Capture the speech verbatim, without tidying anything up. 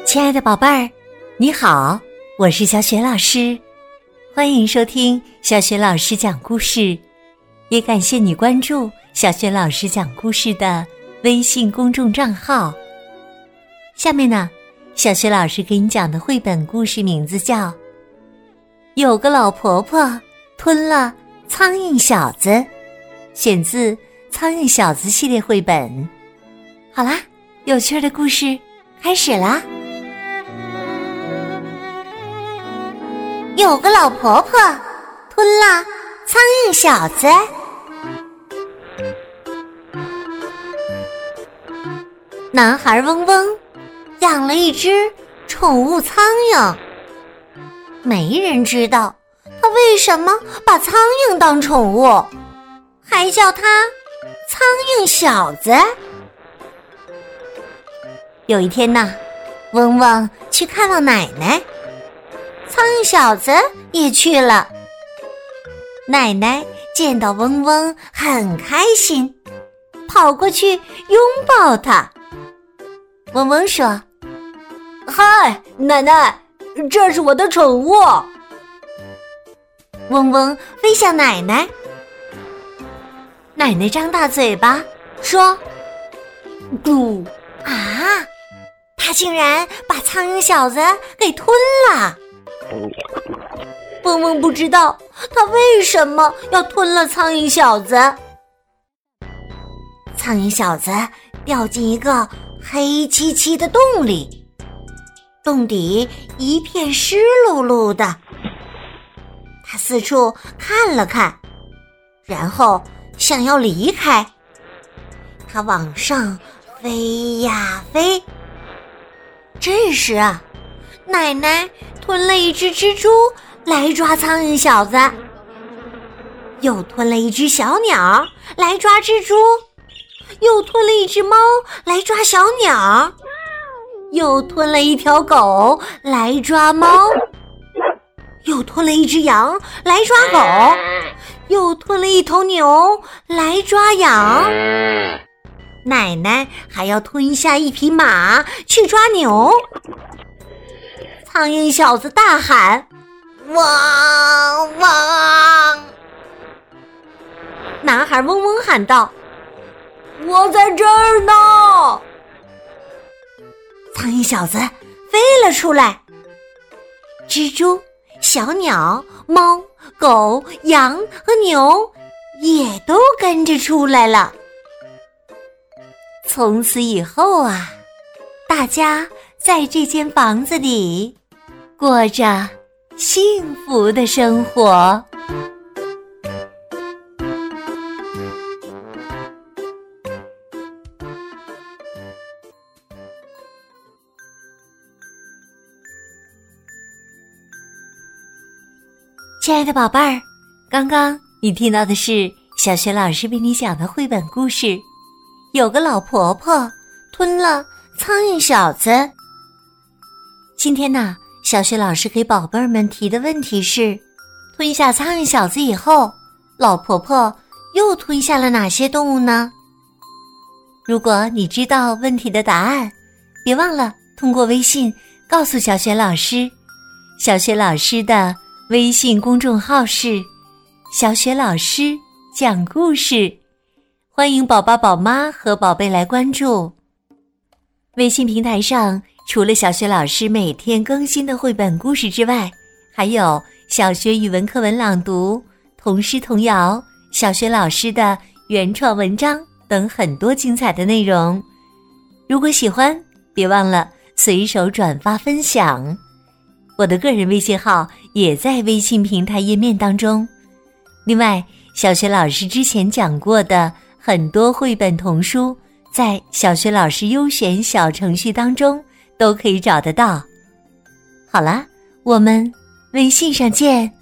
亲爱的宝贝儿，你好，我是小雪老师，欢迎收听小雪老师讲故事，也感谢你关注小雪老师讲故事的微信公众账号。下面呢，小雪老师给你讲的绘本故事名字叫《有个老婆婆吞了苍蝇小子》，选自《苍蝇小子》系列绘本。好啦，有趣的故事开始啦！有个老婆婆吞了苍蝇小子。男孩嗡嗡养了一只宠物苍蝇，没人知道他为什么把苍蝇当宠物，还叫它苍蝇小子。有一天呢，嗡嗡去看望奶奶，苍蝇小子也去了。奶奶见到嗡嗡很开心，跑过去拥抱他。嗡嗡说： 嗨，奶奶，这是我的宠物。 嗡嗡飞向奶奶，奶奶张大嘴巴说： 嘟啊，他竟然把苍蝇小子给吞了。 嗡嗡不知道他为什么要吞了苍蝇小子。 苍蝇小子掉进一个黑漆漆的洞里，洞底一片湿漉漉的。他四处看了看，然后想要离开。他往上飞呀飞。这时啊，奶奶吞了一只蜘蛛来抓苍蝇小子，又吞了一只小鸟来抓蜘蛛，又吞了一只猫来抓小鸟，又吞了一条狗来抓猫，又吞了一只羊来抓狗，又吞了一头牛来抓羊。奶奶还要吞下一匹马去抓牛。苍蝇小子大喊：汪汪！男孩嗡嗡喊道： 我在这儿呢！ 苍蝇小子飞了出来，蜘蛛、小鸟、猫、狗、羊和牛也都跟着出来了。从此以后啊，大家在这间房子里过着幸福的生活。亲爱的宝贝儿，刚刚你听到的是小雪老师为你讲的绘本故事，有个老婆婆吞了苍蝇小子。今天呢，小雪老师给宝贝儿们提的问题是，吞下苍蝇小子以后，老婆婆又吞下了哪些动物呢？如果你知道问题的答案，别忘了通过微信告诉小雪老师。小雪老师的微信公众号是小雪老师讲故事，欢迎宝宝宝妈和宝贝来关注。微信平台上除了小雪老师每天更新的绘本故事之外，还有小学语文课文朗读、童诗童谣、小学老师的原创文章等很多精彩的内容。如果喜欢，别忘了随手转发分享。我的个人微信号也在微信平台页面当中。另外，小学老师之前讲过的很多绘本童书，在小学老师优选小程序当中都可以找得到。好了，我们微信上见。